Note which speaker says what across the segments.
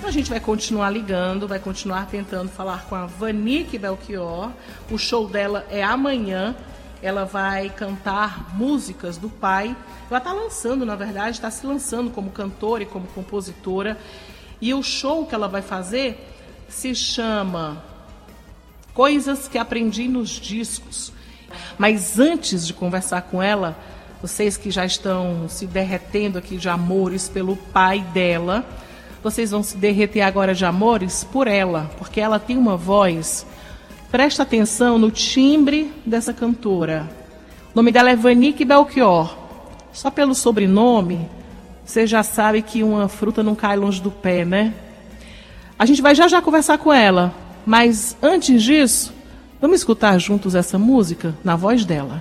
Speaker 1: A gente vai continuar ligando, vai continuar tentando falar com a Vanique Belchior. O show dela é amanhã. Ela vai cantar músicas do pai. Ela está lançando, na verdade, está se lançando como cantora e como compositora. E o show que ela vai fazer se chama Coisas que Aprendi nos Discos. Mas antes de conversar com ela, vocês que já estão se derretendo aqui de amores pelo pai dela, vocês vão se derreter agora de amores por ela, porque ela tem uma voz. Presta atenção no timbre dessa cantora. O nome dela é Vanique Belchior. Só pelo sobrenome, você já sabe que uma fruta não cai longe do pé, né? A gente vai já conversar com ela, mas antes disso, vamos escutar juntos essa música na voz dela.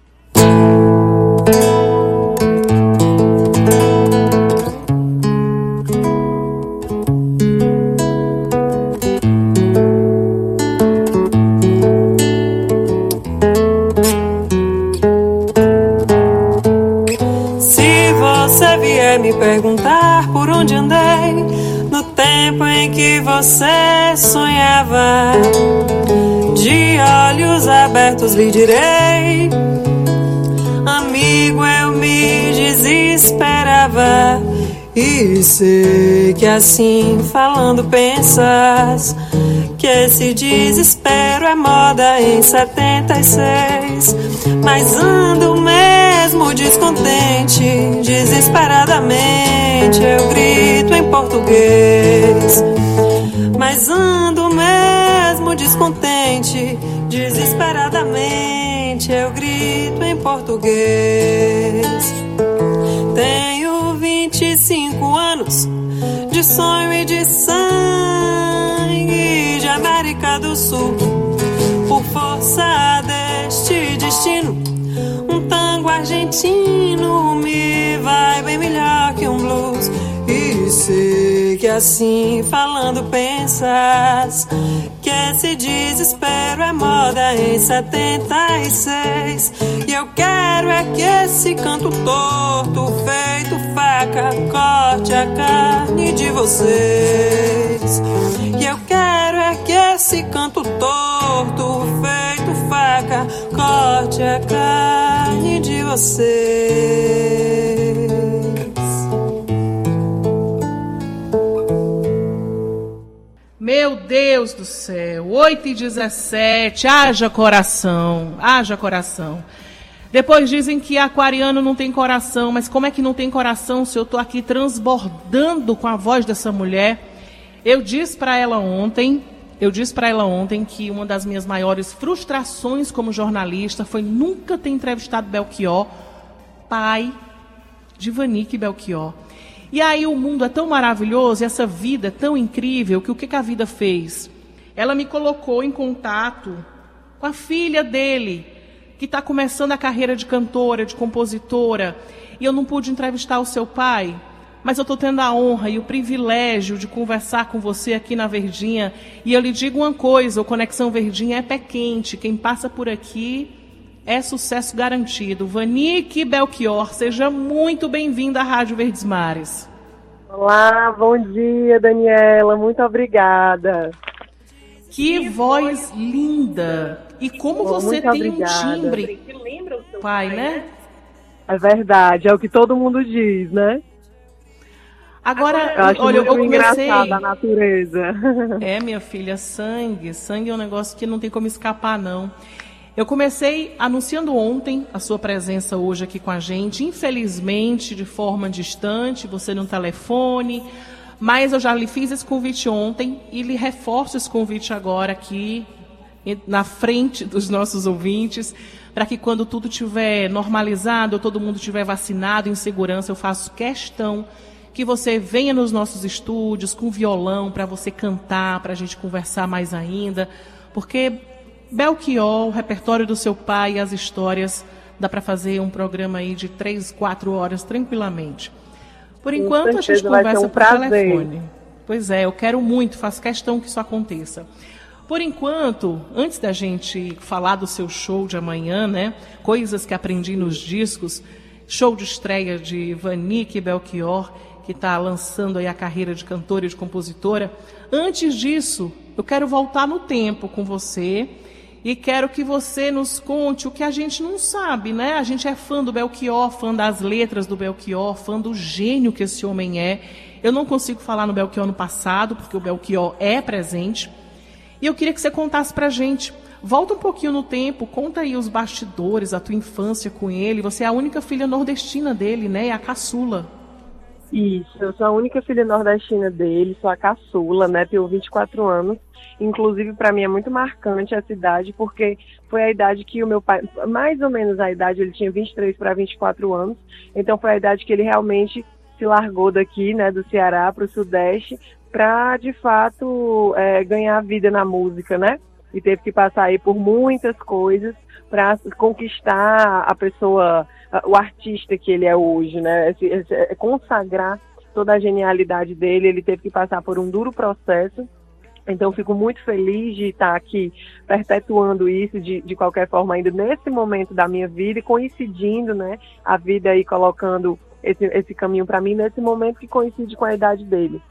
Speaker 2: Me perguntar por onde andei no tempo em que você sonhava, de olhos abertos lhe direi, amigo, eu me desesperava. E sei que assim falando pensas que esse desespero é moda em 76, mas ando mesmo descontente, desesperadamente eu grito em português. Mas ando mesmo descontente, desesperadamente eu grito em português. Tenho 25 anos de sonho e de sangue de América do Sul. Por força deste destino, um tango argentino me vai bem melhor que um blues. E sei que assim falando pensas que esse desespero é moda em 76. E eu quero é que esse canto torto, feito faca, corte a carne de vocês. E eu quero é que esse canto torto, feito faca, corte a carne de vocês.
Speaker 1: Meu Deus do céu, 8h17, haja coração, haja coração. Depois dizem que aquariano não tem coração, mas como é que não tem coração se eu estou aqui transbordando com a voz dessa mulher? Eu disse para ela ontem que uma das minhas maiores frustrações como jornalista foi nunca ter entrevistado Belchior, pai de Vanique Belchior. E aí o mundo é tão maravilhoso, e essa vida é tão incrível, que o que a vida fez? Ela me colocou em contato com a filha dele, que está começando a carreira de cantora, de compositora, e eu não pude entrevistar o seu pai, mas eu estou tendo a honra e o privilégio de conversar com você aqui na Verdinha, e eu lhe digo uma coisa, o Conexão Verdinha é pé quente, quem passa por aqui é sucesso garantido. Vanique Belchior, seja muito bem-vinda à Rádio Verdes Mares.
Speaker 3: Olá, bom dia, Daniela, muito obrigada.
Speaker 1: Que voz linda! E como você tem
Speaker 3: obrigada.
Speaker 1: Um timbre que lembra o seu pai, né?
Speaker 3: É verdade, é o que todo mundo diz, né?
Speaker 1: Agora,
Speaker 3: olha, eu comecei... engraçada a natureza.
Speaker 1: É, minha filha, sangue é um negócio que não tem como escapar, não. Eu comecei anunciando ontem a sua presença hoje aqui com a gente, infelizmente de forma distante, você no telefone, mas eu já lhe fiz esse convite ontem e lhe reforço esse convite agora aqui na frente dos nossos ouvintes, para que quando tudo estiver normalizado, todo mundo estiver vacinado, em segurança, eu faço questão que você venha nos nossos estúdios com violão para você cantar, para a gente conversar mais ainda, porque Belchior, o repertório do seu pai e as histórias, dá para fazer um programa aí de 3, 4 horas tranquilamente. Por enquanto a gente conversa por telefone. Pois é, eu quero muito, faço questão que isso aconteça. Por enquanto, antes da gente falar do seu show de amanhã, né? Coisas que aprendi nos discos, show de estreia de Vanique Belchior, que está lançando aí a carreira de cantora e de compositora. Antes disso, eu quero voltar no tempo com você e quero que você nos conte o que a gente não sabe, né? A gente é fã do Belchior, fã das letras do Belchior, fã do gênio que esse homem é. Eu não consigo falar no Belchior no passado, porque o Belchior é presente. E eu queria que você contasse pra gente. Volta um pouquinho no tempo, conta aí os bastidores, a tua infância com ele. Você é a única filha nordestina dele, né? É a caçula.
Speaker 3: Isso, eu sou a única filha nordestina dele, sou a caçula, né? Tenho 24 anos. Inclusive, para mim é muito marcante essa idade, porque foi a idade que o meu pai, mais ou menos a idade, ele tinha 23 para 24 anos. Então foi a idade que ele realmente se largou daqui, né, do Ceará para o Sudeste, para, de fato, ganhar vida na música, né? E teve que passar aí por muitas coisas para conquistar a pessoa, o artista que ele é hoje, né? Consagrar toda a genialidade dele. Ele teve que passar por um duro processo. Então, fico muito feliz de estar aqui perpetuando isso de qualquer forma, ainda nesse momento da minha vida, e coincidindo, né, a vida aí colocando esse caminho para mim, nesse momento que coincide com a idade dele.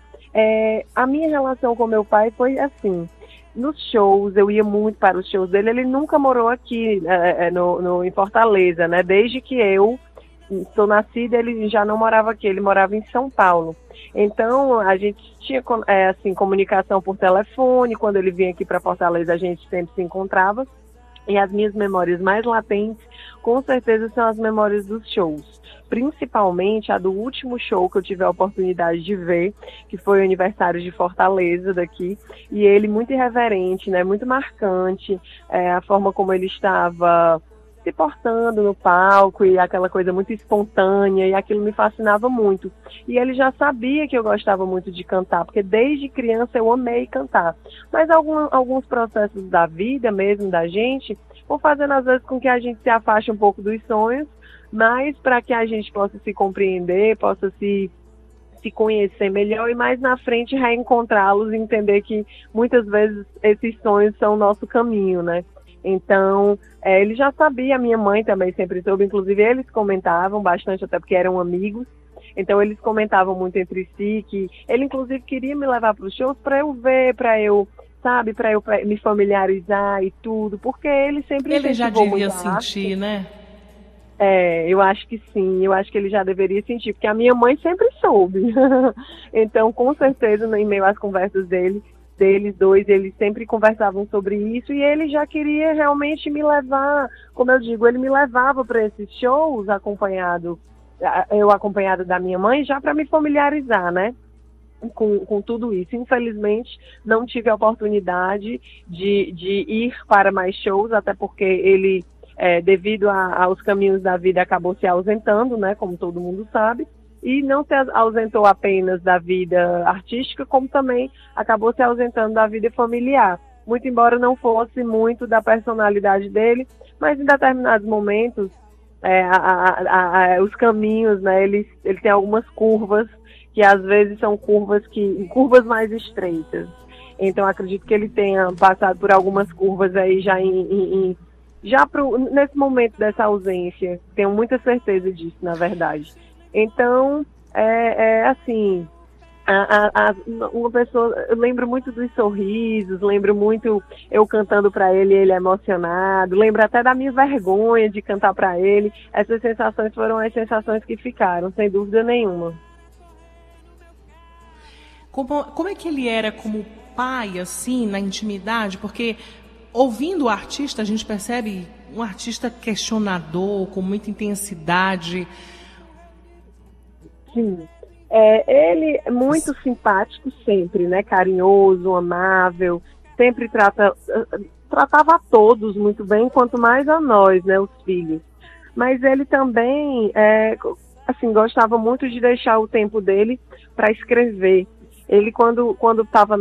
Speaker 3: A minha relação com meu pai foi assim: nos shows, eu ia muito para os shows dele. Ele nunca morou aqui em Fortaleza, né? Desde que eu sou nascida, ele já não morava aqui, ele morava em São Paulo. Então, a gente tinha assim, comunicação por telefone. Quando ele vinha aqui para Fortaleza, a gente sempre se encontrava. E as minhas memórias mais latentes, com certeza, são as memórias dos shows. Principalmente a do último show que eu tive a oportunidade de ver, que foi o aniversário de Fortaleza daqui. E ele muito irreverente, né, muito marcante, a forma como ele estava se portando no palco e aquela coisa muito espontânea, e aquilo me fascinava muito. E ele já sabia que eu gostava muito de cantar, porque desde criança eu amei cantar. Mas alguns processos da vida mesmo, da gente, vão fazendo às vezes com que a gente se afaste um pouco dos sonhos, mas para que a gente possa se compreender, possa se conhecer melhor e mais na frente reencontrá-los e entender que muitas vezes esses sonhos são o nosso caminho, né? Então, ele já sabia, a minha mãe também sempre soube, inclusive eles comentavam bastante, até porque eram amigos. Então eles comentavam muito entre si, que ele inclusive queria me levar para os shows para eu ver, para eu me familiarizar e tudo, porque ele sempre
Speaker 1: ele já devia
Speaker 3: muito
Speaker 1: sentir, né?
Speaker 3: Eu acho que sim, eu acho que ele já deveria sentir, porque a minha mãe sempre soube. Então, com certeza, em meio às conversas deles dois, eles sempre conversavam sobre isso, e ele já queria realmente me levar, como eu digo, ele me levava para esses shows eu acompanhada da minha mãe, já para me familiarizar, né, com tudo isso. Infelizmente, não tive a oportunidade de ir para mais shows, até porque ele, devido aos caminhos da vida, acabou se ausentando, né, como todo mundo sabe. E não se ausentou apenas da vida artística, como também acabou se ausentando da vida familiar. Muito embora não fosse muito da personalidade dele, mas em determinados momentos, os caminhos, né, ele tem algumas curvas, que às vezes são curvas mais estreitas. Então acredito que ele tenha passado por algumas curvas aí nesse momento dessa ausência. Tenho muita certeza disso, na verdade. Então, assim, uma pessoa, eu lembro muito dos sorrisos, lembro muito eu cantando para ele emocionado, lembro até da minha vergonha de cantar para ele. Essas sensações foram as sensações que ficaram, sem dúvida nenhuma.
Speaker 1: Como é que ele era como pai, assim, na intimidade? Porque ouvindo o artista, a gente percebe um artista questionador, com muita intensidade.
Speaker 3: Sim, ele é muito simpático sempre, né, carinhoso, amável, sempre tratava a todos muito bem, quanto mais a nós, né, os filhos. Mas ele também, assim, gostava muito de deixar o tempo dele para escrever. Ele, quando estava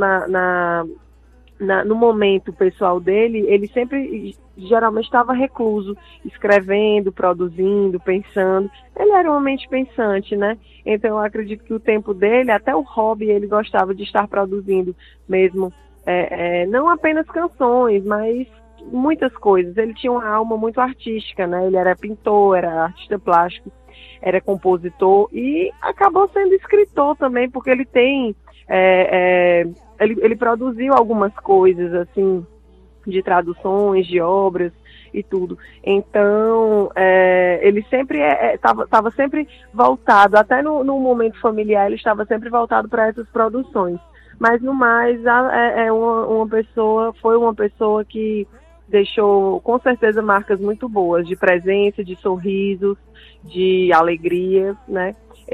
Speaker 3: no momento pessoal dele, ele sempre, geralmente, estava recluso, escrevendo, produzindo, pensando. Ele era uma mente pensante, né? Então, eu acredito que o tempo dele, até o hobby, ele gostava de estar produzindo mesmo. Não apenas canções, mas muitas coisas. Ele tinha uma alma muito artística, né? Ele era pintor, era artista plástico, era compositor e acabou sendo escritor também, porque ele tem... ele produziu algumas coisas, assim, de traduções, de obras e tudo. Então, ele sempre estava sempre voltado, até no momento familiar, ele estava sempre voltado para essas produções. Mas, no mais, foi uma pessoa que deixou, com certeza, marcas muito boas, de presença, de sorrisos, de alegria, né?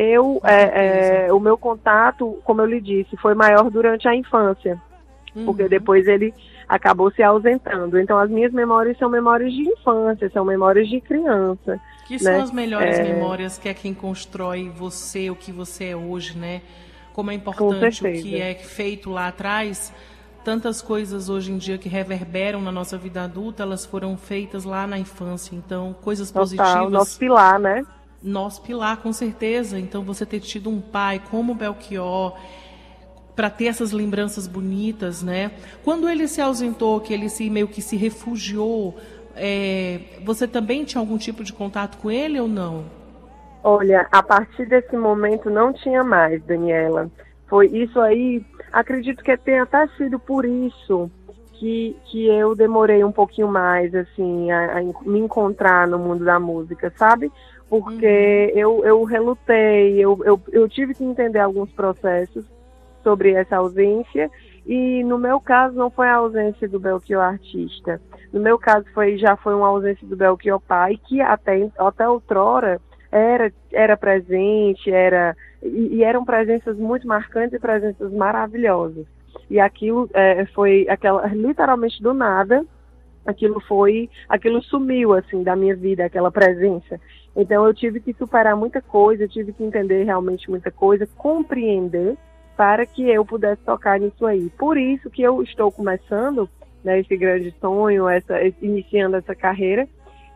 Speaker 3: O meu contato, como eu lhe disse, foi maior durante a infância, porque depois ele acabou se ausentando. Então, as minhas memórias são memórias de infância, são memórias de criança.
Speaker 1: Que
Speaker 3: né?
Speaker 1: são as melhores memórias, que é quem constrói você, o que você é hoje, né? Como é importante o que é feito lá atrás. Tantas coisas hoje em dia que reverberam na nossa vida adulta, elas foram feitas lá na infância. Então, coisas positivas.
Speaker 3: Nosso pilar, né?
Speaker 1: Nosso pilar, com certeza. Então, você ter tido um pai como o Belchior, para ter essas lembranças bonitas, né? Quando ele se ausentou, que ele meio que se refugiou, você também tinha algum tipo de contato com ele ou não?
Speaker 3: Olha, a partir desse momento não tinha mais, Daniela. Foi isso aí, acredito que tenha até sido por isso que eu demorei um pouquinho mais, assim, a me encontrar no mundo da música, sabe? Porque eu relutei, eu tive que entender alguns processos sobre essa ausência, e no meu caso não foi a ausência do Belchior artista. No meu caso já foi uma ausência do Belchior pai, que até outrora era presente, e eram presenças muito marcantes e presenças maravilhosas. E aquilo foi literalmente do nada, aquilo sumiu assim da minha vida, aquela presença. Então eu tive que superar muita coisa, eu tive que entender realmente muita coisa, compreender, para que eu pudesse tocar nisso aí. Por isso que eu estou começando, né, esse grande sonho, iniciando essa carreira,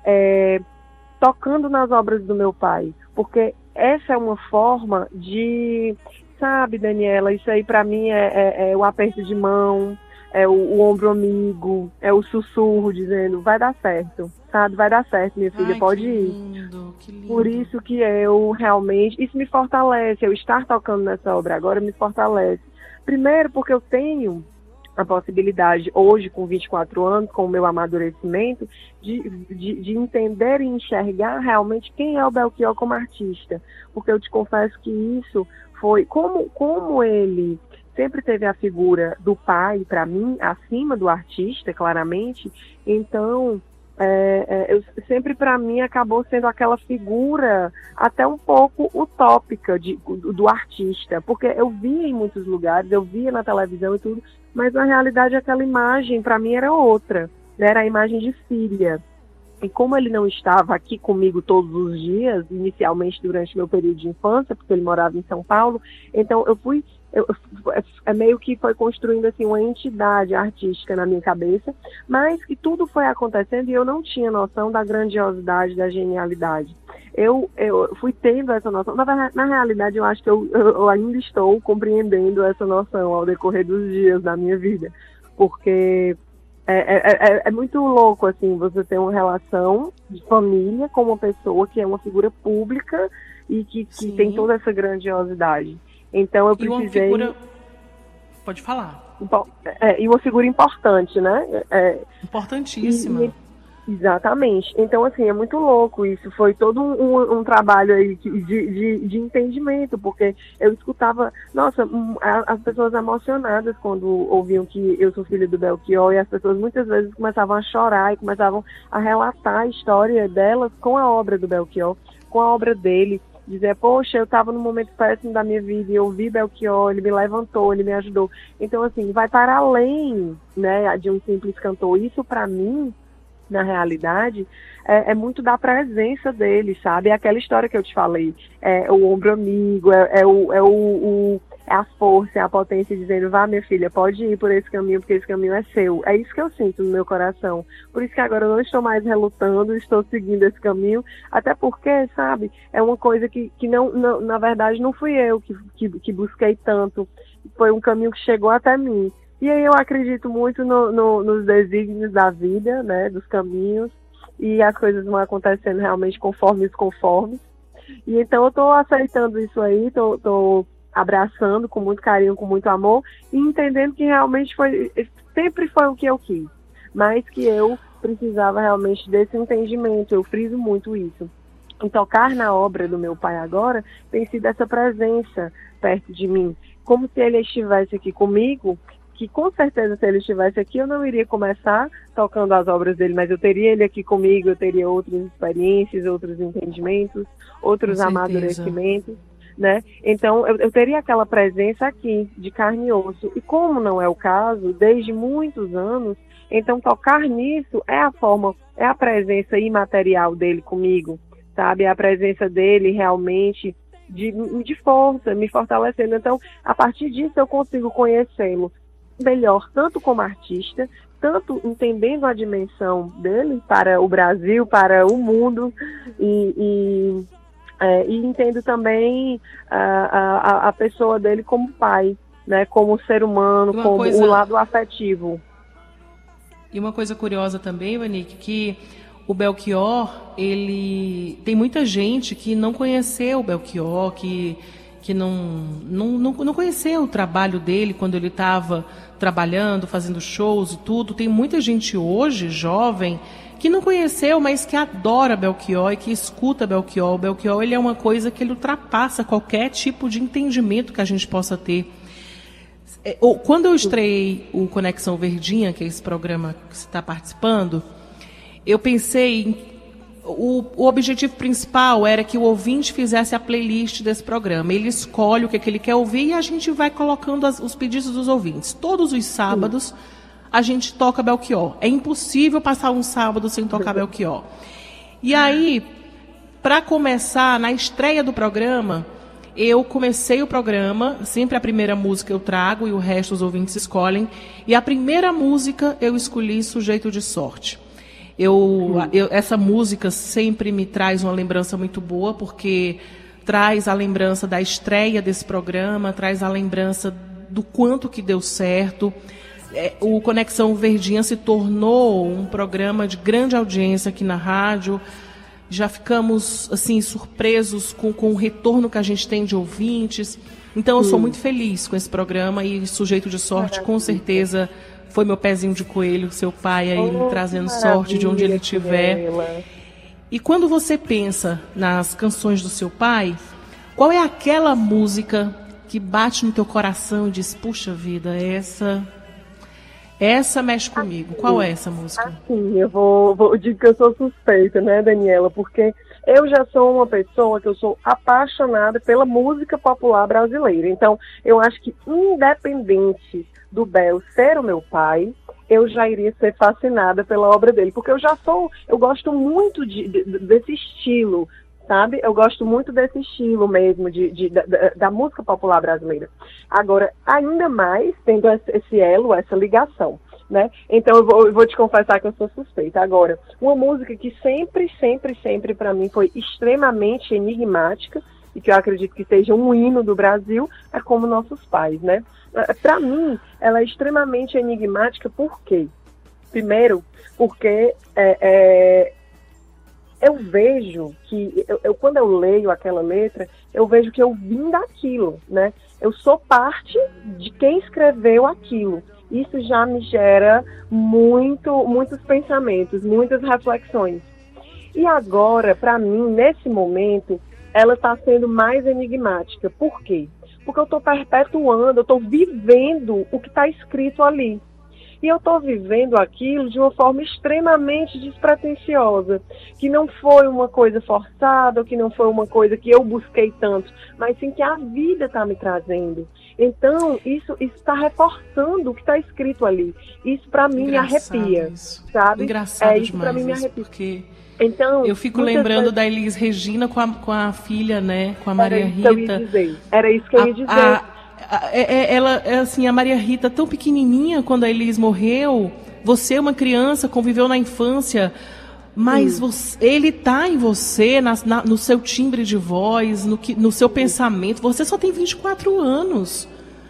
Speaker 3: tocando nas obras do meu pai, porque essa é uma forma de, sabe, Daniela, isso aí para mim é o aperto de mão, é o ombro amigo, é o sussurro dizendo, vai dar certo, sabe, vai dar certo, minha filha, pode ir.
Speaker 1: Que lindo.
Speaker 3: Por isso que eu realmente, isso me fortalece, eu estar tocando nessa obra agora me fortalece. Primeiro porque eu tenho a possibilidade, hoje com 24 anos, com o meu amadurecimento, de entender e enxergar realmente quem é o Belchior como artista. Porque eu te confesso que isso foi, como ele sempre teve a figura do pai, para mim, acima do artista, claramente, então, sempre para mim acabou sendo aquela figura até um pouco utópica do artista, porque eu via em muitos lugares, eu via na televisão e tudo, mas na realidade aquela imagem para mim era outra, né? Era a imagem de filha. E como ele não estava aqui comigo todos os dias, inicialmente durante meu período de infância, porque ele morava em São Paulo, então meio que foi construindo assim uma entidade artística na minha cabeça, mas que tudo foi acontecendo e eu não tinha noção da grandiosidade, da genialidade. Eu fui tendo essa noção, na realidade eu acho que eu ainda estou compreendendo essa noção ao decorrer dos dias da minha vida, porque é muito louco, assim, você ter uma relação de família com uma pessoa que é uma figura pública e que tem toda essa grandiosidade. Então eu precisei...
Speaker 1: E uma figura... Pode falar.
Speaker 3: E uma figura importante, né?
Speaker 1: Importantíssima.
Speaker 3: Exatamente. Então, assim, é muito louco isso. Foi todo um trabalho aí de entendimento, porque eu escutava, nossa, as pessoas emocionadas quando ouviam que eu sou filha do Belchior, e as pessoas muitas vezes começavam a chorar e começavam a relatar a história delas com a obra do Belchior, com a obra dele. Dizer, poxa, eu estava num momento péssimo da minha vida e eu vi Belchior, ele me levantou, ele me ajudou. Então, assim, vai para além, né, de um simples cantor. Isso, para mim, na realidade, é muito da presença dele, sabe? É aquela história que eu te falei, o ombro amigo, é a força, é a potência dizendo, vá, minha filha, pode ir por esse caminho, porque esse caminho é seu. É isso que eu sinto no meu coração. Por isso que agora eu não estou mais relutando, estou seguindo esse caminho, até porque, sabe, é uma coisa que não, na verdade, não fui eu que busquei tanto, foi um caminho que chegou até mim. E aí eu acredito muito nos desígnios da vida, né, dos caminhos, e as coisas vão acontecendo realmente conforme os conformes. E então eu estou aceitando isso aí, estou abraçando com muito carinho, com muito amor, e entendendo que realmente sempre foi o que eu quis, mas que eu precisava realmente desse entendimento, eu friso muito isso. E tocar na obra do meu pai agora tem sido essa presença perto de mim, como se ele estivesse aqui comigo, que com certeza se ele estivesse aqui eu não iria começar tocando as obras dele, mas eu teria ele aqui comigo, eu teria outras experiências, outros entendimentos, outros amadurecimentos, né? Então eu teria aquela presença aqui, de carne e osso, e como não é o caso, desde muitos anos, então tocar nisso é a presença imaterial dele comigo, sabe? É a presença dele realmente de força, me fortalecendo. Então, a partir disso eu consigo conhecê-lo melhor, tanto como artista, tanto entendendo a dimensão dele para o Brasil, para o mundo, e entendo também a pessoa dele como pai, né, como ser humano, como o lado afetivo.
Speaker 1: E uma coisa curiosa também, Vanique, que o Belchior, tem muita gente que não conheceu o Belchior, que não conheceu o trabalho dele quando ele estava trabalhando, fazendo shows e tudo. Tem muita gente hoje, jovem, que não conheceu, mas que adora Belchior e que escuta Belchior. O Belchior, ele é uma coisa que ele ultrapassa qualquer tipo de entendimento que a gente possa ter. Quando eu estreiei o Conexão Verdinha, que é esse programa que você está participando, eu pensei, o objetivo principal era que o ouvinte fizesse a playlist desse programa. Ele escolhe o que ele quer ouvir e a gente vai colocando os pedidos dos ouvintes. Todos os sábados a gente toca Belchior. É impossível passar um sábado sem tocar Belchior. E aí, para começar, na estreia do programa, eu comecei o programa, sempre a primeira música eu trago e o resto os ouvintes escolhem. E a primeira música eu escolhi Sujeito de Sorte. Essa música sempre me traz uma lembrança muito boa, porque traz a lembrança da estreia desse programa, traz a lembrança do quanto que deu certo. O Conexão Verdinha se tornou um programa de grande audiência aqui na rádio. Já ficamos assim surpresos com o retorno que a gente tem de ouvintes. Então eu sou muito feliz com esse programa, e Sujeito de Sorte com certeza foi meu pezinho de coelho, seu pai aí me trazendo sorte de onde ele estiver. E quando você pensa nas canções do seu pai, qual é aquela música que bate no teu coração e diz, puxa vida, essa mexe comigo? Qual é essa música?
Speaker 3: Assim, eu digo que eu sou suspeita, né, Daniela? Porque eu já sou uma pessoa que eu sou apaixonada pela música popular brasileira. Então, eu acho que independente do Bel ser o meu pai, eu já iria ser fascinada pela obra dele. Porque eu gosto muito desse estilo, sabe? Eu gosto muito desse estilo mesmo, da música popular brasileira. Agora, ainda mais tendo esse elo, essa ligação, né? Então eu vou te confessar que eu sou suspeita. Agora, uma música que sempre para mim foi extremamente enigmática, e que eu acredito que seja um hino do Brasil, é Como Nossos Pais, né? Para mim, ela é extremamente enigmática, por quê? Primeiro, porque eu vejo que, quando eu leio aquela letra, eu vejo que eu vim daquilo, né? Eu sou parte de quem escreveu aquilo. Isso já me gera muitos pensamentos, muitas reflexões. E agora, para mim, nesse momento, ela está sendo mais enigmática. Por quê? Porque eu estou perpetuando, eu estou vivendo o que está escrito ali. E eu estou vivendo aquilo de uma forma extremamente despretensiosa, que não foi uma coisa forçada, que não foi uma coisa que eu busquei tanto, mas sim que a vida está me trazendo. Então, isso está reforçando o que está escrito ali. Isso para mim me arrepia, sabe?
Speaker 1: Engraçado
Speaker 3: isso
Speaker 1: demais,
Speaker 3: para mim me arrepia.
Speaker 1: Porque
Speaker 3: então,
Speaker 1: eu fico lembrando da Elis Regina com a filha, né? Com a Maria Rita.
Speaker 3: Era isso que eu ia dizer.
Speaker 1: Assim, a Maria Rita, tão pequenininha quando a Elis morreu, você é uma criança, conviveu na infância, mas ele está em você, no seu timbre de voz, no seu pensamento. Você só tem 24 anos.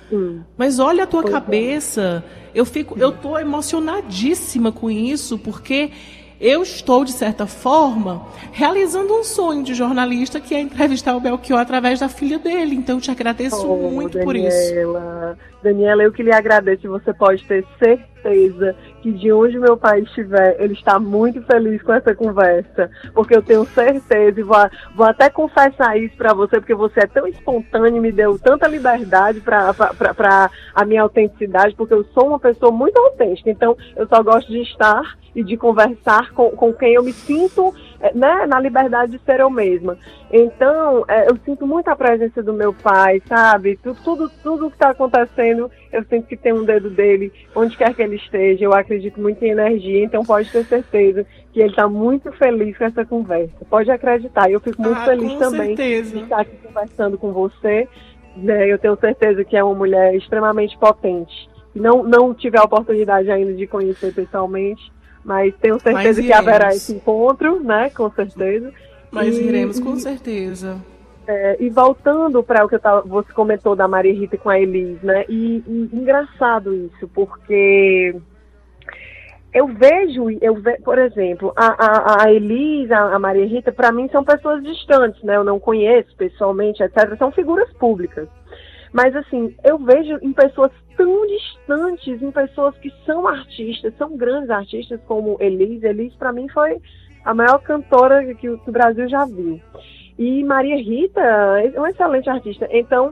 Speaker 1: Mas olha a tua cabeça, eu tô emocionadíssima com isso, porque eu estou, de certa forma, realizando um sonho de jornalista, que é entrevistar o Belchior através da filha dele. Então, eu te agradeço muito, Daniela, por isso.
Speaker 3: Daniela, eu que lhe agradeço. Você pode ter certeza que de onde meu pai estiver, ele está muito feliz com essa conversa. Porque eu tenho certeza, e vou até confessar isso para você, porque você é tão espontâneo e me deu tanta liberdade para a minha autenticidade, porque eu sou uma pessoa muito autêntica. Então, eu só gosto de estar e de conversar com quem eu me sinto, né, na liberdade de ser eu mesma. Então, eu sinto muito a presença do meu pai, sabe? Tudo que está acontecendo, eu sinto que tem um dedo dele, onde quer que ele esteja. Eu acredito muito em energia, então pode ter certeza que ele está muito feliz com essa conversa. Pode acreditar. Eu fico muito feliz também de estar aqui conversando com você. Né? Eu tenho certeza que é uma mulher extremamente potente. Não tive a oportunidade ainda de conhecer pessoalmente, mas tenho certeza que haverá esse encontro, né? Com certeza.
Speaker 1: Mas iremos, com certeza.
Speaker 3: E voltando para o que você comentou da Maria Rita com a Elis, né? E engraçado isso, porque eu vejo, por exemplo, a Elis, a Maria Rita, para mim são pessoas distantes, né? Eu não conheço pessoalmente, etc. São figuras públicas. Mas, assim, eu vejo em pessoas tão distantes, em pessoas que são artistas, são grandes artistas, como Elis. Elis, para mim, foi a maior cantora que o Brasil já viu. E Maria Rita é uma excelente artista. Então,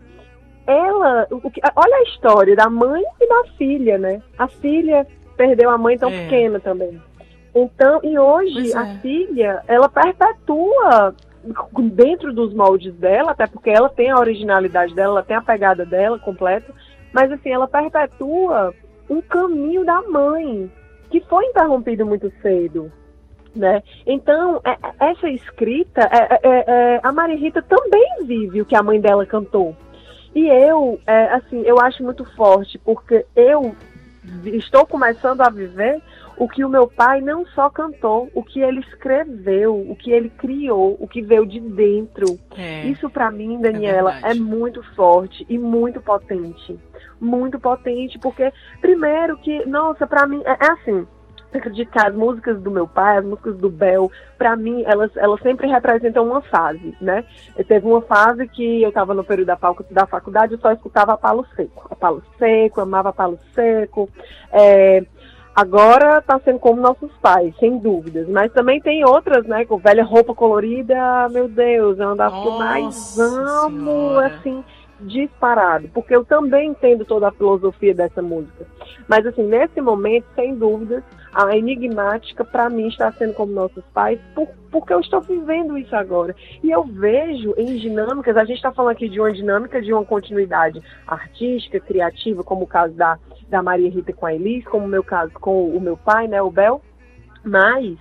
Speaker 3: olha a história da mãe e da filha, né? A filha perdeu a mãe tão pequena também. Então, e hoje a filha, ela perpetua dentro dos moldes dela, até porque ela tem a originalidade dela, ela tem a pegada dela completa, mas assim, ela perpetua um caminho da mãe, que foi interrompido muito cedo, né? Então, essa escrita, a Maria Rita também vive o que a mãe dela cantou. E eu acho muito forte, porque eu estou começando a viver o que o meu pai não só cantou, o que ele escreveu, o que ele criou, o que veio de dentro. Isso para mim, Daniela, é muito forte e muito potente. Muito potente, porque primeiro que, nossa, para mim, é assim, eu acredito que as músicas do meu pai, as músicas do Bel, para mim, elas sempre representam uma fase, né? Teve uma fase que eu estava no período da faculdade, eu só escutava a Palo Seco, amava Palo Seco. Agora está sendo como nossos pais, sem dúvidas. Mas também tem outras, né? Com velha roupa colorida, meu Deus, é uma das que eu mais amo, assim, disparado. Porque eu também entendo toda a filosofia dessa música. Mas, assim, nesse momento, sem dúvidas, a Enigmática, para mim, está sendo como nossos pais, porque eu estou vivendo isso agora. E eu vejo em dinâmicas, a gente está falando aqui de uma dinâmica, de uma continuidade artística, criativa, como o caso da Maria Rita com a Elis, como o meu caso com o meu pai, né, o Bel, mas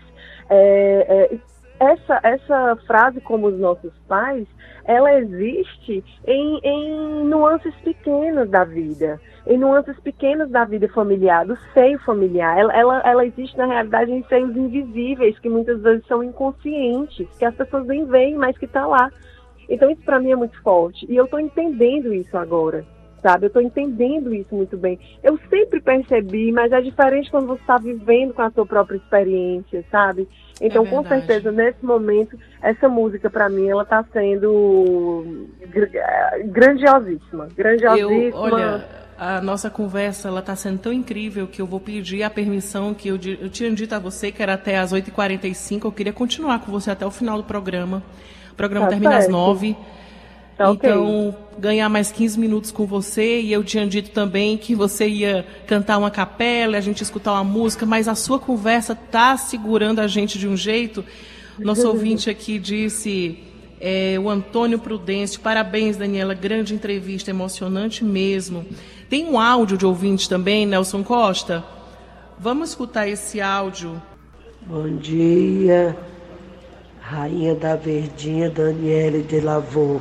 Speaker 3: essa frase, como os nossos pais, ela existe em nuances pequenas da vida, familiar, do seio familiar. Ela existe, na realidade, em seios invisíveis, que muitas vezes são inconscientes, que as pessoas nem veem, mas que está lá. Então isso para mim é muito forte, e eu estou entendendo isso agora. Sabe? Eu estou entendendo isso muito bem. Eu sempre percebi, mas é diferente quando você está vivendo com a sua própria experiência, sabe? Então, com certeza, nesse momento, essa música, para mim, ela está sendo grandiosíssima.
Speaker 1: Olha, a nossa conversa, ela está sendo tão incrível que eu vou pedir a permissão que eu tinha dito a você, que era até às 8h45. Eu queria continuar com você até o final do programa. O programa termina às 9h. Então, ganhar mais 15 minutos com você, e eu tinha dito também que você ia cantar uma capela, a gente escutar uma música, mas a sua conversa está segurando a gente de um jeito. Nosso ouvinte aqui disse, o Antônio Prudêncio, parabéns, Daniela, grande entrevista, emocionante mesmo. Tem um áudio de ouvinte também, Nelson Costa? Vamos escutar esse áudio.
Speaker 4: Bom dia, Rainha da Verdinha, Daniele de Lavô.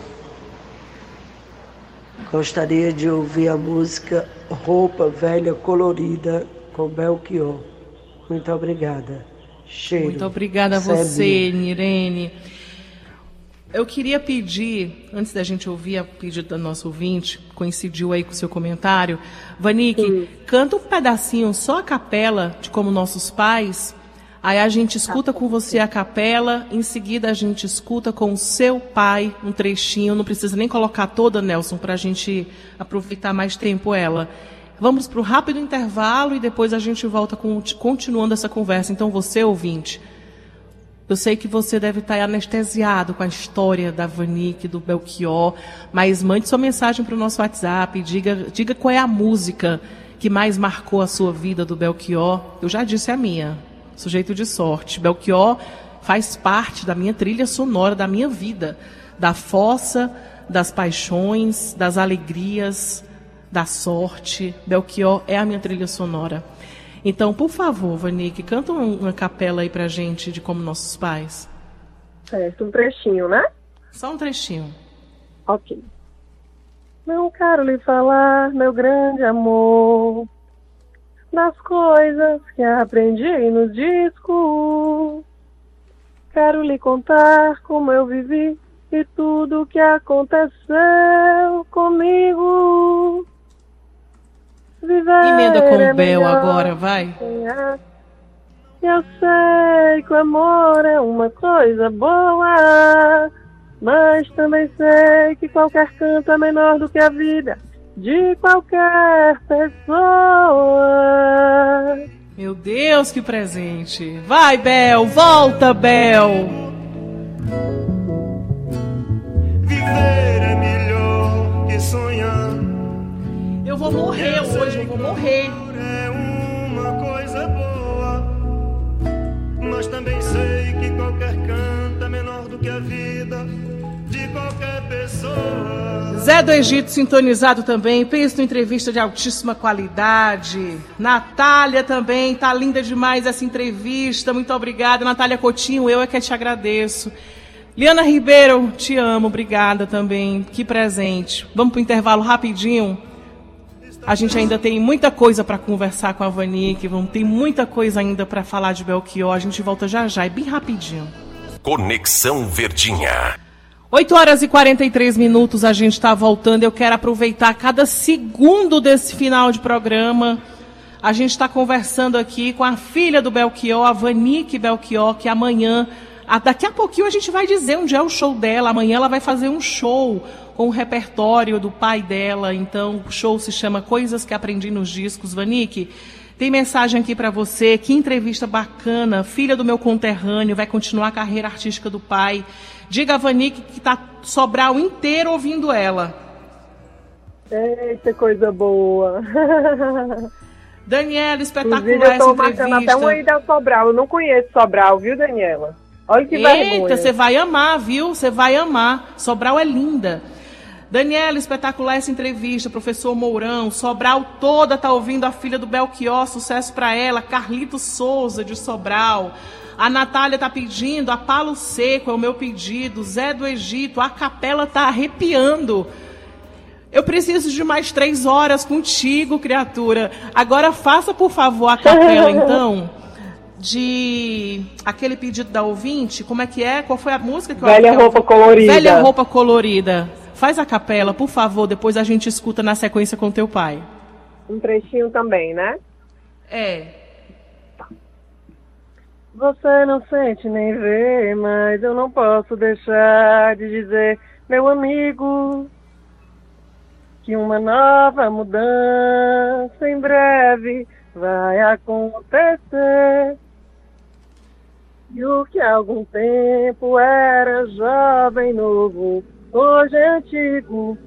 Speaker 4: Gostaria de ouvir a música Roupa Velha Colorida com Belchior. Muito obrigada. Cheiro.
Speaker 1: Muito obrigada a você, Nirene. Eu queria pedir, antes da gente ouvir a pedido da nossa ouvinte, coincidiu aí com o seu comentário, Vanique, canta um pedacinho só a capela de Como Nossos Pais, aí a gente escuta com você a capela, em seguida a gente escuta com o seu pai um trechinho, não precisa nem colocar toda, Nelson, para a gente aproveitar mais tempo ela. Vamos para o rápido intervalo e depois a gente volta continuando essa conversa. Então você, ouvinte, eu sei que você deve estar anestesiado com a história da Vanique, do Belchior, mas mande sua mensagem para o nosso WhatsApp, diga qual é a música que mais marcou a sua vida do Belchior. Eu já disse a minha, Sujeito de Sorte. Belchior faz parte da minha trilha sonora, da minha vida, da fossa, das paixões, das alegrias, da sorte. Belchior é a minha trilha sonora. Então, por favor, Vanique, canta uma capela aí pra gente de Como Nossos Pais.
Speaker 3: Certo, um trechinho, né?
Speaker 1: Só um trechinho.
Speaker 3: Ok. Não quero lhe falar, meu grande amor, das coisas que aprendi nos discos. Quero lhe contar como eu vivi e tudo o que aconteceu comigo.
Speaker 1: Emenda com o Bel agora, vai.
Speaker 3: Eu sei que o amor é uma coisa boa, mas também sei que qualquer canto é menor do que a vida de qualquer pessoa.
Speaker 1: Meu Deus, que presente. Vai, Bel, volta, Bel.
Speaker 5: Viver é melhor que sonhar.
Speaker 1: Eu vou morrer hoje, eu vou morrer.
Speaker 5: É uma coisa boa, mas também sei que qualquer canto é menor do que a vida de qualquer pessoa.
Speaker 1: Zé do Egito sintonizado também, penso em entrevista de altíssima qualidade. Natália também, tá linda demais essa entrevista, muito obrigada. Natália Coutinho, eu é que te agradeço. Liana Ribeiro, te amo, obrigada também, que presente. Vamos pro intervalo rapidinho. A gente ainda tem muita coisa para conversar com a Vanique, tem muita coisa ainda para falar de Belchior. A gente volta já já, é bem rapidinho.
Speaker 6: Conexão Verdinha.
Speaker 1: 8h43, a gente está voltando. Eu quero aproveitar cada segundo desse final de programa. A gente está conversando aqui com a filha do Belchior, a Vanique Belchior, que amanhã, daqui a pouquinho a gente vai dizer onde é o show dela. Amanhã ela vai fazer um show com o repertório do pai dela. Então, o show se chama Coisas que Aprendi nos Discos. Vanique, tem mensagem aqui para você. Que entrevista bacana. Filha do meu conterrâneo, vai continuar a carreira artística do pai. Diga a Vanique que está Sobral inteiro ouvindo ela.
Speaker 3: Eita, coisa boa.
Speaker 1: Daniela, espetacular essa
Speaker 3: entrevista. Eu tô
Speaker 1: entrevista.
Speaker 3: até uma ida ao Sobral. Eu não conheço Sobral, viu, Daniela? Olha que vergonha.
Speaker 1: Eita, você vai amar, viu? Você vai amar. Sobral é linda. Daniela, espetacular essa entrevista. Professor Mourão, Sobral toda tá ouvindo a filha do Belchior, sucesso para ela. Carlito Souza, de Sobral. A Natália tá pedindo, a Palo Seco é o meu pedido. Zé do Egito, a capela tá arrepiando. Eu preciso de mais 3 horas contigo, criatura. Agora faça, por favor, a capela, então, de aquele pedido da ouvinte. Como é que é? Qual foi a música que eu
Speaker 3: Velha Roupa Colorida.
Speaker 1: Velha Roupa Colorida. Faz a capela, por favor, depois a gente escuta na sequência com teu pai.
Speaker 3: Um trechinho também, né?
Speaker 1: É.
Speaker 3: Você não sente nem vê, mas eu não posso deixar de dizer, meu amigo, que uma nova mudança em breve vai acontecer. E o que há algum tempo era jovem novo, hoje é antigo.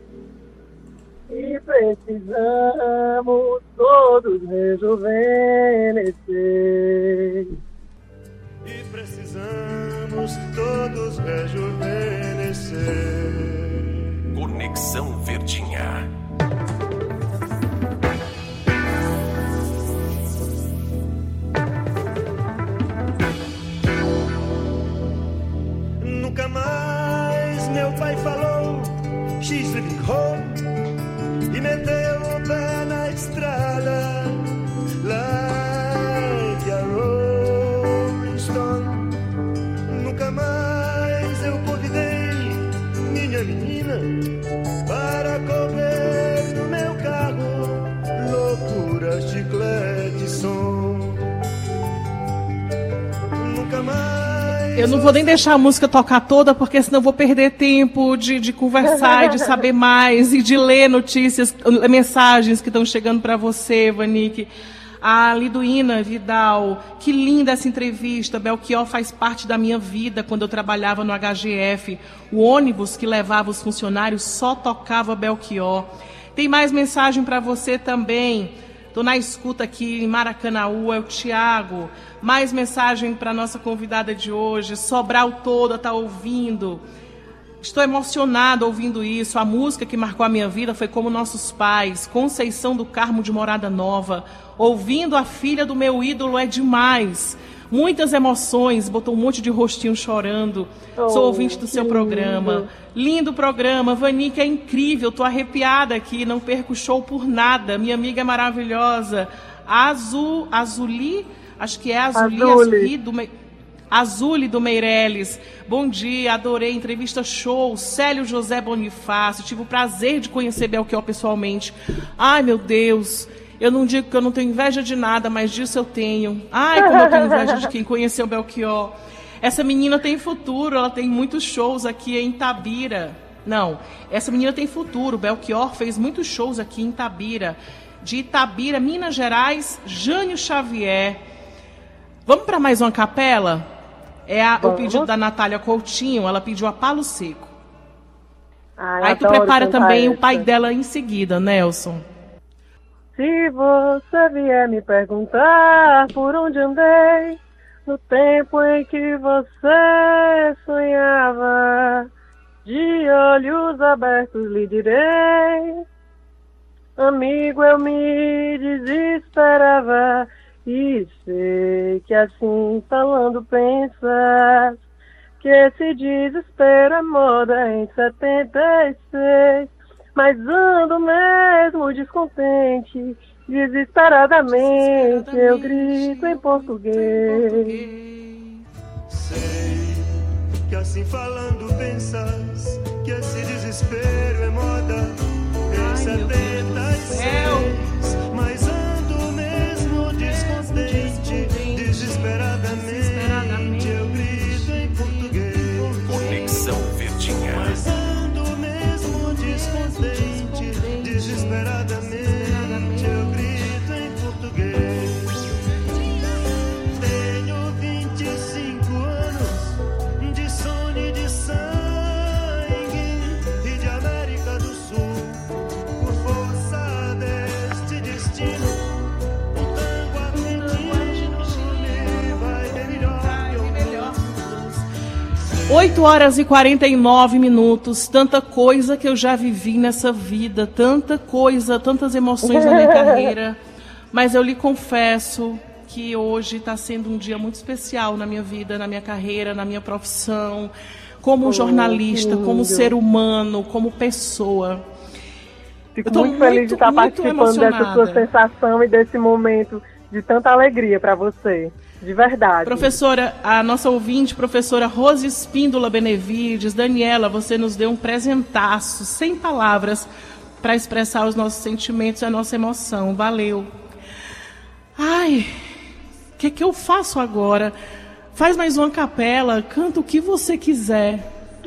Speaker 3: E precisamos todos rejuvenescer.
Speaker 5: E precisamos todos rejuvenescer.
Speaker 6: Conexão Verdinha.
Speaker 5: Nunca mais meu pai falou She's living home e meteu o pé na estrada like a Rolling Stone. Nunca mais eu convidei mais.
Speaker 1: Eu não vou nem deixar a música tocar toda, porque senão eu vou perder tempo de conversar, de saber mais e de ler notícias, mensagens que estão chegando para você, Vanique. A Liduína Vidal, que linda essa entrevista. Belchior faz parte da minha vida quando eu trabalhava no HGF. O ônibus que levava os funcionários só tocava Belchior. Tem mais mensagem para você também. Estou na escuta aqui em Maracanaú, é o Tiago. Mais mensagem para a nossa convidada de hoje. Sobral toda está ouvindo. Estou emocionada ouvindo isso. A música que marcou a minha vida foi Como Nossos Pais, Conceição do Carmo de Morada Nova. Ouvindo a filha do meu ídolo é demais. Muitas emoções, botou um monte de rostinho chorando. Sou ouvinte do seu programa. Lindo programa, Vanique é incrível, tô arrepiada aqui, não perco o show por nada. Minha amiga é maravilhosa. Azuli, acho que é Azuli do Meireles. Bom dia, adorei, entrevista show. Célio José Bonifácio, tive o prazer de conhecer Belchior pessoalmente. Ai, meu Deus, eu não digo que eu não tenho inveja de nada, mas disso eu tenho. Ai, como eu tenho inveja de quem conheceu Belchior. Essa menina tem futuro, ela tem muitos shows aqui em Itabira. Não, essa menina tem futuro. Belchior fez muitos shows aqui em Itabira. De Itabira, Minas Gerais, Jânio Xavier. Vamos para mais uma capela? O pedido da Natália Coutinho, ela pediu a Palo Seco. Aí tu prepara também o pai dela em seguida, Nelson.
Speaker 3: Se você vier me perguntar por onde andei, no tempo em que você sonhava, de olhos abertos lhe direi, amigo, eu me desesperava, e sei que assim falando pensas, que esse desespero é moda em 76, mas ando mesmo descontente, desesperadamente eu grito em português.
Speaker 5: Sei que assim falando pensas que esse desespero é moda em 76, mas ando mesmo descontente, desesperadamente eu grito em português.
Speaker 6: Conexão Verdinha.
Speaker 5: Mas ando mesmo descontente, desesperadamente eu grito em português. Tenho 25 anos de sono e de sangue e de América do Sul. Por força deste destino, o tango argentino me vai bem melhor que o melhor.
Speaker 1: 8h49, tanta coisa que eu já vivi nessa vida, tanta coisa, tantas emoções na minha carreira, mas eu lhe confesso que hoje está sendo um dia muito especial na minha vida, na minha carreira, na minha profissão, como jornalista, como ser humano, como pessoa.
Speaker 3: Fico muito feliz de estar participando dessa sua sensação e desse momento de tanta alegria para você. De verdade.
Speaker 1: Professora, a nossa ouvinte, professora Rose Espíndola Benevides, Daniela, você nos deu um presentaço, sem palavras, para expressar os nossos sentimentos e a nossa emoção. Valeu. Ai, o que eu faço agora? Faz mais uma capela, canta o que você quiser.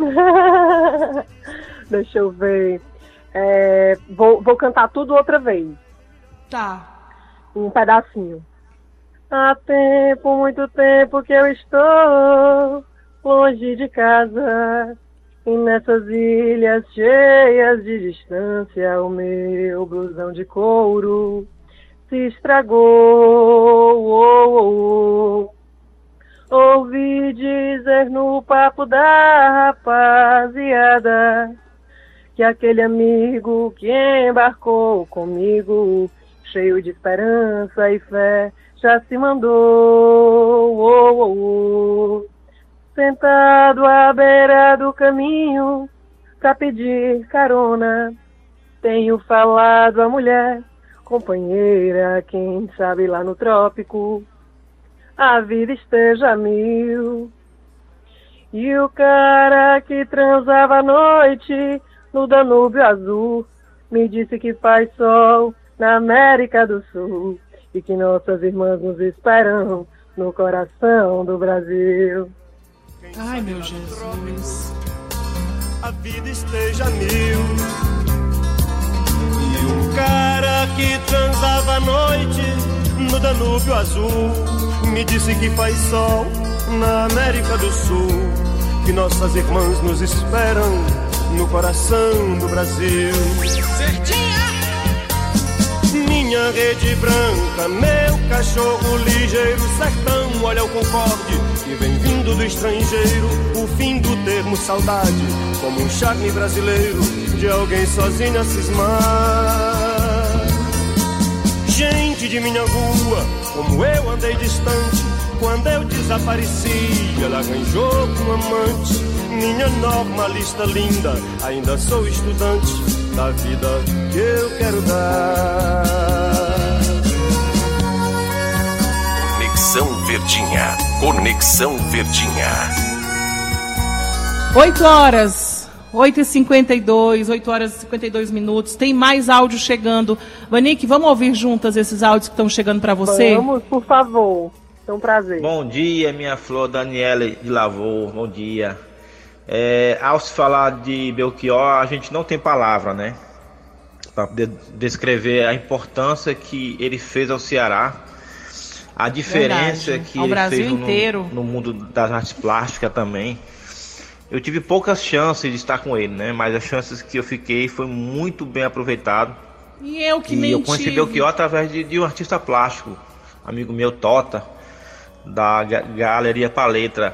Speaker 3: Deixa eu ver. Vou cantar tudo outra vez.
Speaker 1: Tá.
Speaker 3: Um pedacinho. Há tempo, muito tempo que eu estou longe de casa, e nessas ilhas cheias de distância o meu blusão de couro se estragou. Ouvi dizer no papo da rapaziada que aquele amigo que embarcou comigo, cheio de esperança e fé, já se mandou. Sentado à beira do caminho pra pedir carona, tenho falado à mulher, companheira, quem sabe lá no trópico a vida esteja a mil. E o cara que transava à noite no Danúbio Azul me disse que faz sol na América do Sul e que nossas irmãs nos esperam no coração do Brasil.
Speaker 1: Ai, meu Jesus.
Speaker 5: A vida esteja mil. E um cara que transava à noite no Danúbio Azul me disse que faz sol na América do Sul, que nossas irmãs nos esperam no coração do Brasil. Minha rede branca, meu cachorro ligeiro, sertão, olha o Concorde que vem vindo do estrangeiro, o fim do termo saudade, como um charme brasileiro de alguém sozinho a cismar. Gente de minha rua, como eu andei distante, quando eu desapareci, ela arranjou um amante. Minha normalista linda, ainda sou estudante da vida que eu quero dar.
Speaker 6: Conexão Verdinha. Conexão Verdinha.
Speaker 1: 8 horas, 8h52, 8 horas e 52 minutos. Tem mais áudio chegando. Vanique, vamos ouvir juntas esses áudios que estão chegando para você?
Speaker 3: Vamos, por favor. É um prazer.
Speaker 7: Bom dia, minha flor Daniela de Lavor. Bom dia. Ao se falar de Belchior, a gente não tem palavra, né? Para poder descrever a importância que ele fez ao Ceará, a diferença que ele fez no mundo das artes plásticas também. Eu tive poucas chances de estar com ele, né? Mas as chances que eu fiquei foi muito bem aproveitado.
Speaker 1: E eu conheci
Speaker 7: Belchior através de um artista plástico, amigo meu, Tota, da Galeria Paleta.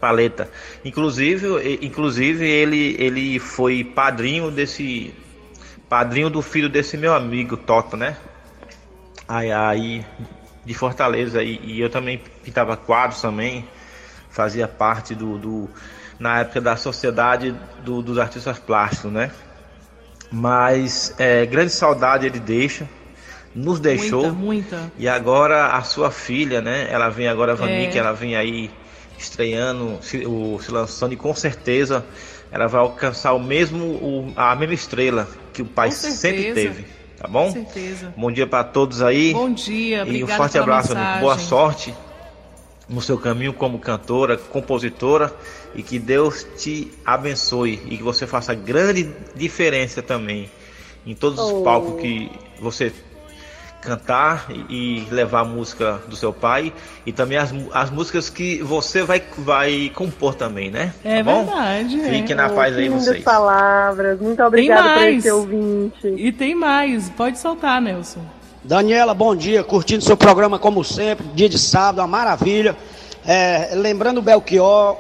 Speaker 7: Inclusive ele foi padrinho do filho desse meu amigo Tota, né? Aí de Fortaleza, e eu também pintava quadros também, fazia parte na época da sociedade dos artistas plásticos, né? Mas grande saudade ele nos deixou.
Speaker 1: Muita.
Speaker 7: E agora a sua filha, né? Ela vem agora, a Vanique, ela vem aí estreando, se lançando, e com certeza ela vai alcançar a mesma estrela que o pai sempre teve, tá bom?
Speaker 1: Com certeza.
Speaker 7: Bom dia para todos aí.
Speaker 1: Bom dia, obrigada.
Speaker 7: E um forte abraço,
Speaker 1: mensagem.
Speaker 7: Boa sorte no seu caminho como cantora, compositora, e que Deus te abençoe e que você faça grande diferença também em todos os palcos que você cantar e levar a música do seu pai, e também as músicas que você vai compor também, né?
Speaker 1: É, tá bom? Verdade.
Speaker 7: Fiquem na paz aí vocês.
Speaker 3: Palavras. Muito obrigada por esse ouvinte.
Speaker 1: E tem mais. Pode soltar, Nelson.
Speaker 8: Daniela, bom dia. Curtindo seu programa como sempre. Dia de sábado, uma maravilha. Lembrando o Belchior,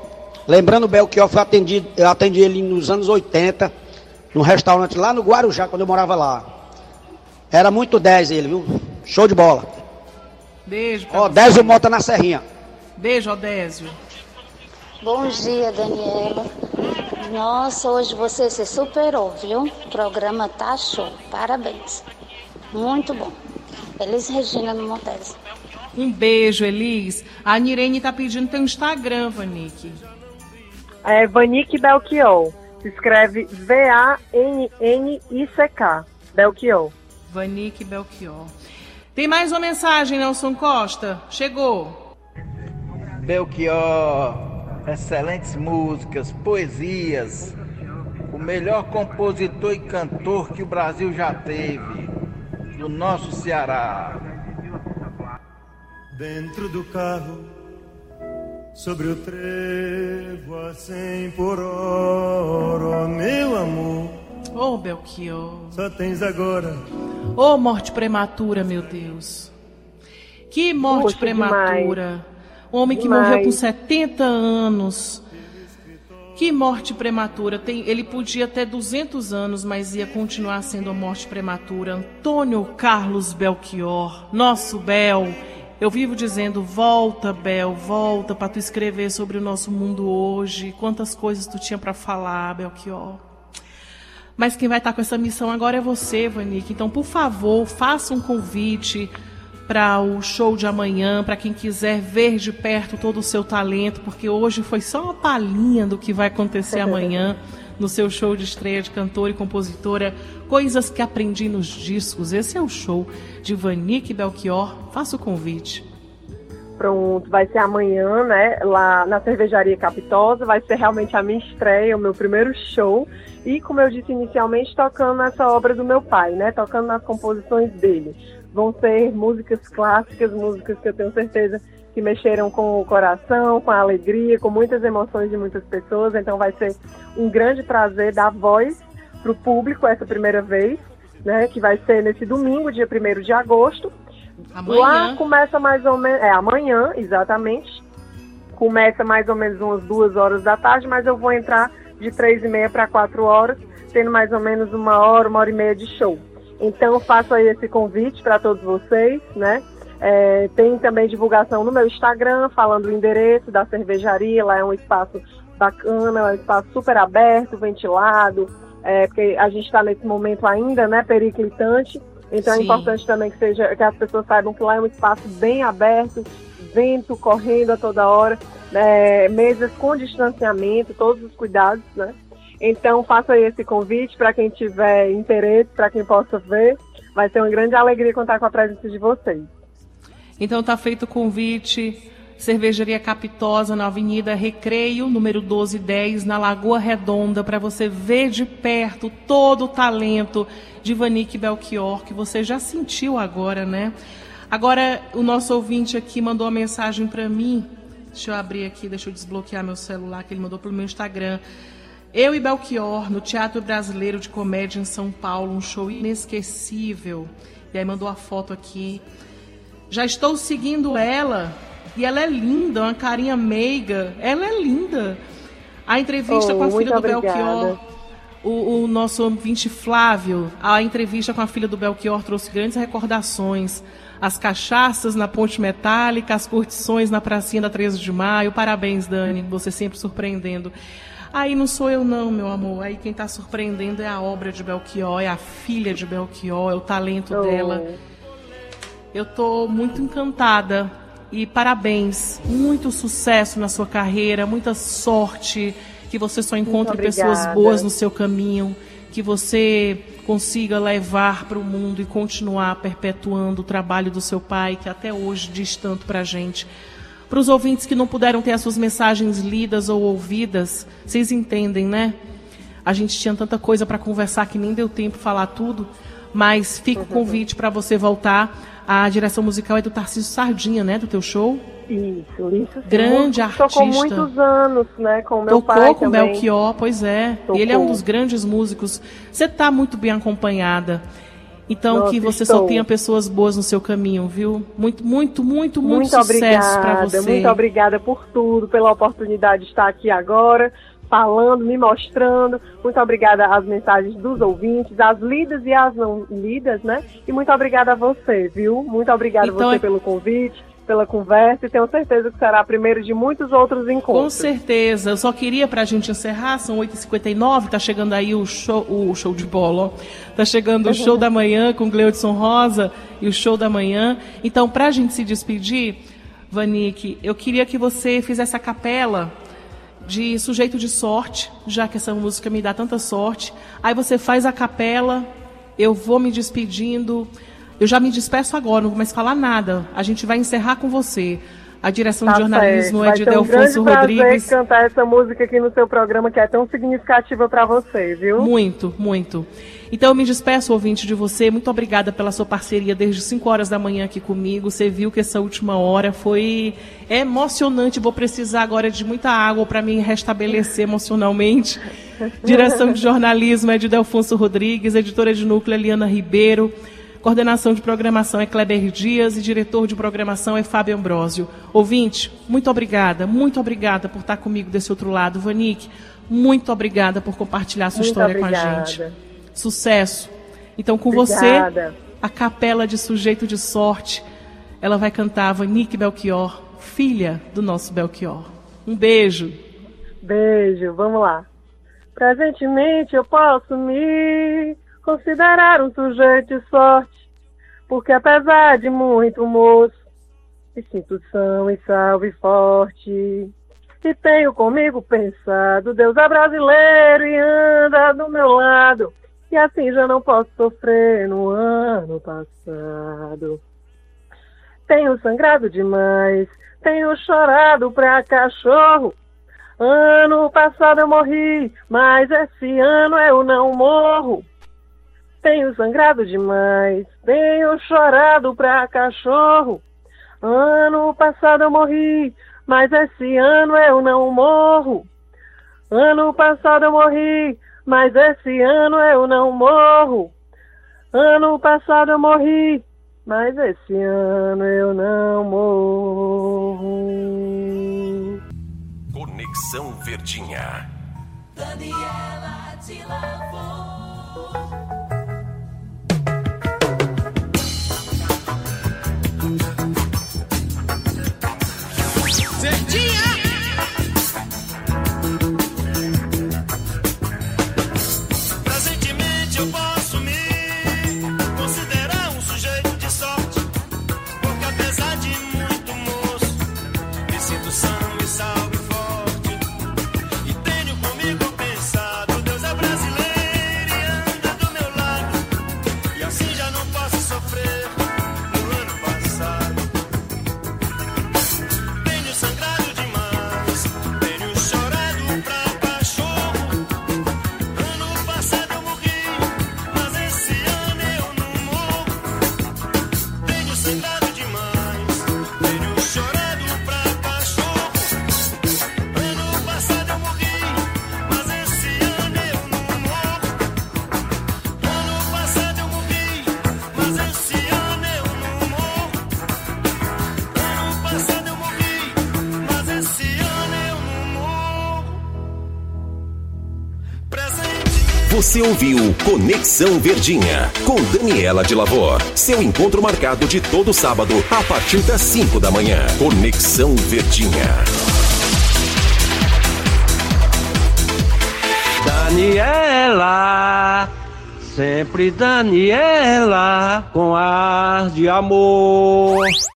Speaker 8: eu atendi ele nos anos 80, num restaurante lá no Guarujá, quando eu morava lá. Era muito 10 ele, viu? Show de bola.
Speaker 1: Beijo.
Speaker 8: Odésio Mota na Serrinha.
Speaker 1: Beijo, Odésio.
Speaker 9: Bom dia, Daniela. Nossa, hoje você se superou, viu? O programa tá show. Parabéns. Muito bom. Elis Regina no Montes.
Speaker 1: Um beijo, Elis. A Nirene tá pedindo teu Instagram, Vanique.
Speaker 3: Vanique Belchior. Se escreve V-A-N-N-I-C-K. Belchior.
Speaker 1: Vanique Belchior. Tem mais uma mensagem, Nelson Costa? Chegou.
Speaker 10: Belchior, excelentes músicas, poesias, o melhor compositor e cantor que o Brasil já teve, do nosso Ceará.
Speaker 5: Dentro do carro, sobre o trevo a 100 por hora, oh, meu amor.
Speaker 1: Oh, Belchior.
Speaker 5: Só tens agora.
Speaker 1: Oh, morte prematura, meu Deus. Que morte prematura. Demais. Homem que morreu com 70 anos. Que morte prematura. Ele podia ter 200 anos, mas ia continuar sendo uma morte prematura. Antônio Carlos Belchior. Nosso Bel. Eu vivo dizendo, volta, Bel, volta para tu escrever sobre o nosso mundo hoje. Quantas coisas tu tinha para falar, Belchior. Mas quem vai estar com essa missão agora é você, Vanique. Então, por favor, faça um convite para o show de amanhã, para quem quiser ver de perto todo o seu talento, porque hoje foi só uma palhinha do que vai acontecer amanhã no seu show de estreia de cantora e compositora, Coisas que Aprendi nos Discos. Esse é o show de Vanique Belchior. Faça o convite.
Speaker 3: Pronto, vai ser amanhã, né, lá na Cervejaria Capitosa, vai ser realmente a minha estreia, o meu primeiro show, e como eu disse inicialmente, tocando essa obra do meu pai, né, tocando nas composições dele. Vão ser músicas clássicas, músicas que eu tenho certeza que mexeram com o coração, com a alegria, com muitas emoções de muitas pessoas, então vai ser um grande prazer dar voz para o público essa primeira vez, né, que vai ser nesse domingo, dia 1º de agosto.
Speaker 1: Amanhã.
Speaker 3: Lá começa mais ou menos, amanhã, exatamente, começa mais ou menos umas 2 horas da tarde, mas eu vou entrar de 3h30 para 4 horas, tendo mais ou menos 1 hora e meia de show. Então faço aí esse convite para todos vocês, né? Tem também divulgação no meu Instagram, falando o endereço da cervejaria, lá é um espaço bacana, é um espaço super aberto, ventilado, porque a gente está nesse momento ainda, né, periclitante. Então
Speaker 1: Sim.
Speaker 3: É importante também que as pessoas saibam que lá é um espaço bem aberto, vento correndo a toda hora, mesas com distanciamento, todos os cuidados, né? Então faço aí esse convite para quem tiver interesse, para quem possa ver. Vai ser uma grande alegria contar com a presença de vocês.
Speaker 1: Então tá feito o convite. Cervejaria Capitosa, na Avenida Recreio, número 1210, na Lagoa Redonda, para você ver de perto todo o talento de Vanique Belchior, que você já sentiu agora, né? Agora, o nosso ouvinte aqui mandou uma mensagem para mim. Deixa eu abrir aqui, deixa eu desbloquear meu celular, que ele mandou pelo meu Instagram. Eu e Belchior, no Teatro Brasileiro de Comédia em São Paulo, um show inesquecível. E aí mandou a foto aqui. Já estou seguindo ela... E ela é linda, uma carinha meiga. Ela é linda. A entrevista com a filha do Belchior, o nosso ouvinte Flávio, a entrevista com a filha do Belchior trouxe grandes recordações. As cachaças na Ponte Metálica, as curtições na pracinha da 13 de Maio. Parabéns, Dani, você sempre surpreendendo. Aí não sou eu não, meu amor. Aí quem está surpreendendo é a obra de Belchior, é a filha de Belchior, é o talento dela. Eu estou muito encantada. E parabéns, muito sucesso na sua carreira, muita sorte, que você só encontre pessoas boas no seu caminho, que você consiga levar para o mundo e continuar perpetuando o trabalho do seu pai, que até hoje diz tanto para a gente. Para os ouvintes que não puderam ter as suas mensagens lidas ou ouvidas, vocês entendem, né? A gente tinha tanta coisa para conversar que nem deu tempo de falar tudo, mas fica o convite para você voltar. A direção musical é do Tarcísio Sardinha, né? Do teu show?
Speaker 3: Isso.
Speaker 1: Grande artista.
Speaker 3: Tocou muitos anos, né? Com o meu pai
Speaker 1: Tocou com o
Speaker 3: também.
Speaker 1: Belchior, pois é. E ele é um dos grandes músicos. Você está muito bem acompanhada. Então,
Speaker 3: Nossa,
Speaker 1: que você só tenha pessoas boas no seu caminho, viu? Muito sucesso para você.
Speaker 3: Muito obrigada por tudo, pela oportunidade de estar aqui agora, falando, me mostrando. Muito obrigada às mensagens dos ouvintes, às lidas e às não lidas, né? E muito obrigada a você, viu? Muito obrigada a você pelo convite, pela conversa, e tenho certeza que será a primeira de muitos outros encontros.
Speaker 1: Com certeza. Eu só queria, pra gente encerrar, são 8h59, tá chegando aí o show de bola, ó. Tá chegando o show da manhã com Gleudson Rosa e o show da manhã. Então, pra gente se despedir, Vanique, eu queria que você fizesse a capela de Sujeito de Sorte, já que essa música me dá tanta sorte. Aí você faz a capela, eu vou me despedindo. Eu já me despeço agora, não vou mais falar nada. A gente vai encerrar com você. A direção de jornalismo é de Delfonso Rodrigues. Vai ser um grande prazer
Speaker 3: cantar essa música aqui no seu programa, que é tão significativa para você, viu?
Speaker 1: Muito. Então eu me despeço, ouvinte, de você. Muito obrigada pela sua parceria desde 5 horas da manhã aqui comigo. Você viu que essa última hora foi emocionante. Vou precisar agora de muita água para me restabelecer emocionalmente. Direção de jornalismo é de Delfonso Rodrigues, editora de núcleo Eliana Ribeiro. Coordenação de programação é Kleber Dias e diretor de programação é Fábio Ambrósio. Ouvinte, muito obrigada por estar comigo desse outro lado. Vanique, muito obrigada por compartilhar sua história com a gente. Sucesso. Então, com você, a capela de Sujeito de Sorte, ela vai cantar Vanique Belchior, filha do nosso Belchior. Um beijo.
Speaker 3: Beijo, vamos lá. Presentemente eu posso me considerar um sujeito de sorte, porque apesar de muito moço, me sinto são e salvo e forte. E tenho comigo pensado, Deus é brasileiro e anda do meu lado, e assim já não posso sofrer no ano passado. Tenho sangrado demais, tenho chorado pra cachorro. Ano passado eu morri, mas esse ano eu não morro. Tenho sangrado demais, tenho chorado pra cachorro. Ano passado eu morri, mas esse ano eu não morro. Ano passado eu morri, mas esse ano eu não morro. Ano passado eu morri, mas esse ano eu não morro.
Speaker 6: Conexão Verdinha.
Speaker 2: Daniela de Lavor.
Speaker 5: Presentemente eu posso me considerar um sujeito de sorte, porque apesar de muito moço, me sinto são e salvo e forte. E tenho comigo pensado, Deus é brasileiro e anda do meu lado, e assim já não posso sofrer no ano passado. Tenho sangrado demais, tenho chorado pra cachorro. Ano passado eu morri, mas esse ano eu não morro. Tenho sangrado demais, tenho chorado pra cachorro. Ano passado eu morri, mas esse ano eu não morro. Ano passado eu morri, mas esse ano eu não morro. Ano passado eu morri, mas esse ano eu não morro. Presente.
Speaker 6: Você ouviu Conexão Verdinha, com Daniela de Lavor. Seu encontro marcado de todo sábado, a partir das 5 da manhã. Conexão Verdinha.
Speaker 8: Daniela, sempre Daniela, com ar de amor.